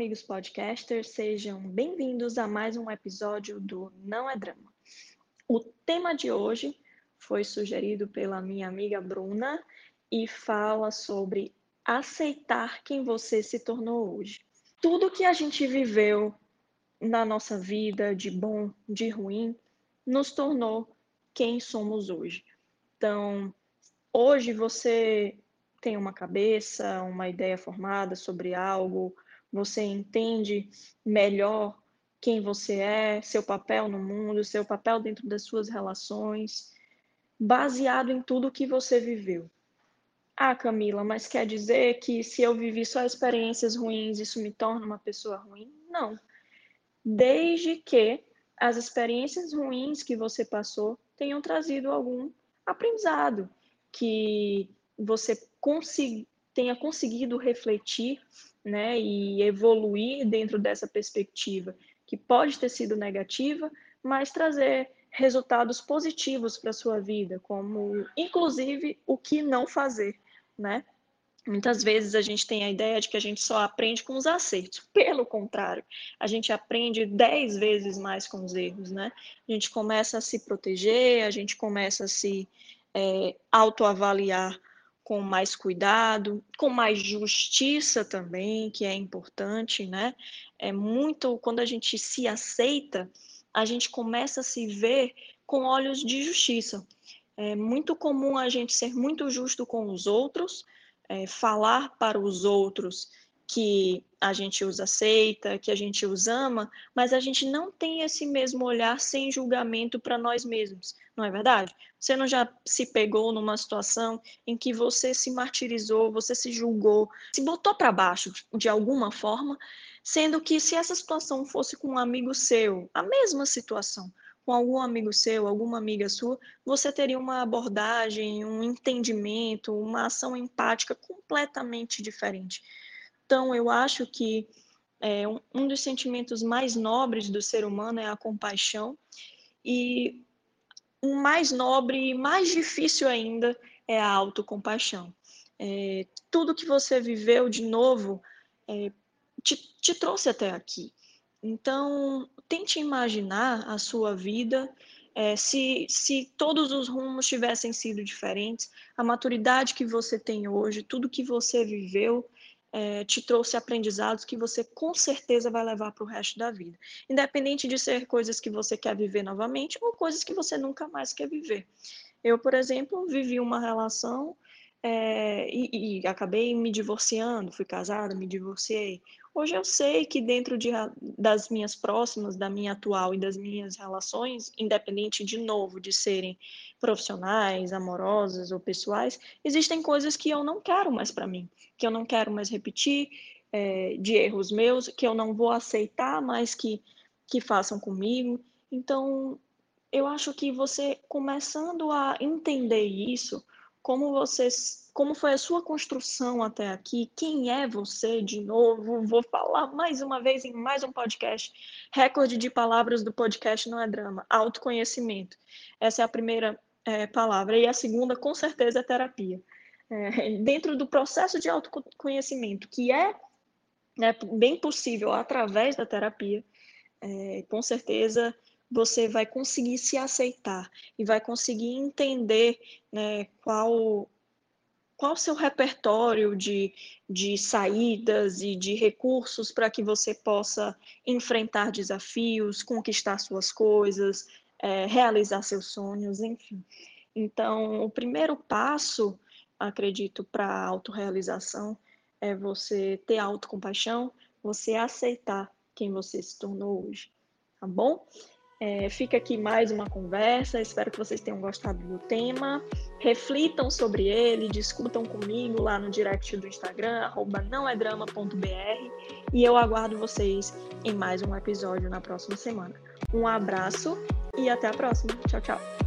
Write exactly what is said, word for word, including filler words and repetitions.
amigos podcasters, sejam bem-vindos a mais um episódio do Não é Drama. O tema de hoje foi sugerido pela minha amiga Bruna e fala sobre aceitar quem você se tornou hoje. Tudo que a gente viveu na nossa vida, de bom, de ruim, nos tornou quem somos hoje. Então, hoje você tem uma cabeça, uma ideia formada sobre algo, você entende melhor quem você é, seu papel no mundo, seu papel dentro das suas relações, baseado em tudo que você viveu. Ah, Camila, mas quer dizer que se eu vivi só experiências ruins, isso me torna uma pessoa ruim? Não. Desde que as experiências ruins que você passou tenham trazido algum aprendizado, que você consiga, tenha conseguido refletir, né, e evoluir dentro dessa perspectiva, que pode ter sido negativa, mas trazer resultados positivos para a sua vida, como inclusive o que não fazer, né? Muitas vezes a gente tem a ideia de que a gente só aprende com os acertos. Pelo contrário, a gente aprende dez vezes mais com os erros, né? A gente começa a se proteger, a gente começa a se é, autoavaliar com mais cuidado, com mais justiça também, que é importante, né? É muito, quando a gente se aceita, a gente começa a se ver com olhos de justiça. É muito comum a gente ser muito justo com os outros, é, falar para os outros que a gente os aceita, que a gente os ama, mas a gente não tem esse mesmo olhar sem julgamento para nós mesmos, não é verdade? Você não já se pegou numa situação em que você se martirizou, você se julgou, se botou para baixo de alguma forma, sendo que se essa situação fosse com um amigo seu, a mesma situação, com algum amigo seu, alguma amiga sua, você teria uma abordagem, um entendimento, uma ação empática completamente diferente. Então, eu acho que é, um, um dos sentimentos mais nobres do ser humano é a compaixão, e o mais nobre e mais difícil ainda é a autocompaixão. É, tudo que você viveu de novo é, te, te trouxe até aqui. Então, tente imaginar a sua vida é, se, se todos os rumos tivessem sido diferentes, a maturidade que você tem hoje, tudo que você viveu, é, te trouxe aprendizados que você com certeza vai levar para o resto da vida. Independente de ser coisas que você quer viver novamente ou coisas que você nunca mais quer viver. Eu, por exemplo, vivi uma relação é, e, e acabei me divorciando, fui casada, me divorciei. Hoje eu sei que dentro de, das minhas próximas, da minha atual e das minhas relações, independente de novo de serem profissionais, amorosas ou pessoais, existem coisas que eu não quero mais para mim, que eu não quero mais repetir, é, de erros meus, que eu não vou aceitar mais que, que façam comigo. Então, eu acho que você começando a entender isso, como você, como foi a sua construção até aqui, quem é você de novo, vou falar mais uma vez em mais um podcast, recorde de palavras do podcast Não é Drama, autoconhecimento. Essa é a primeira é, palavra, e a segunda, com certeza, é terapia. É, dentro do processo de autoconhecimento, que é, é bem possível através da terapia, é, com certeza você vai conseguir se aceitar e vai conseguir entender, né, qual qual o seu repertório de, de saídas e de recursos para que você possa enfrentar desafios, conquistar suas coisas, é, realizar seus sonhos, enfim. Então, o primeiro passo, acredito, para a autorrealização é você ter autocompaixão, você aceitar quem você se tornou hoje, tá bom? É, fica aqui mais uma conversa, espero que vocês tenham gostado do tema, reflitam sobre ele, discutam comigo lá no direct do Instagram, arroba não é drama ponto b r, e eu aguardo vocês em mais um episódio na próxima semana. Um abraço e até a próxima. Tchau, tchau.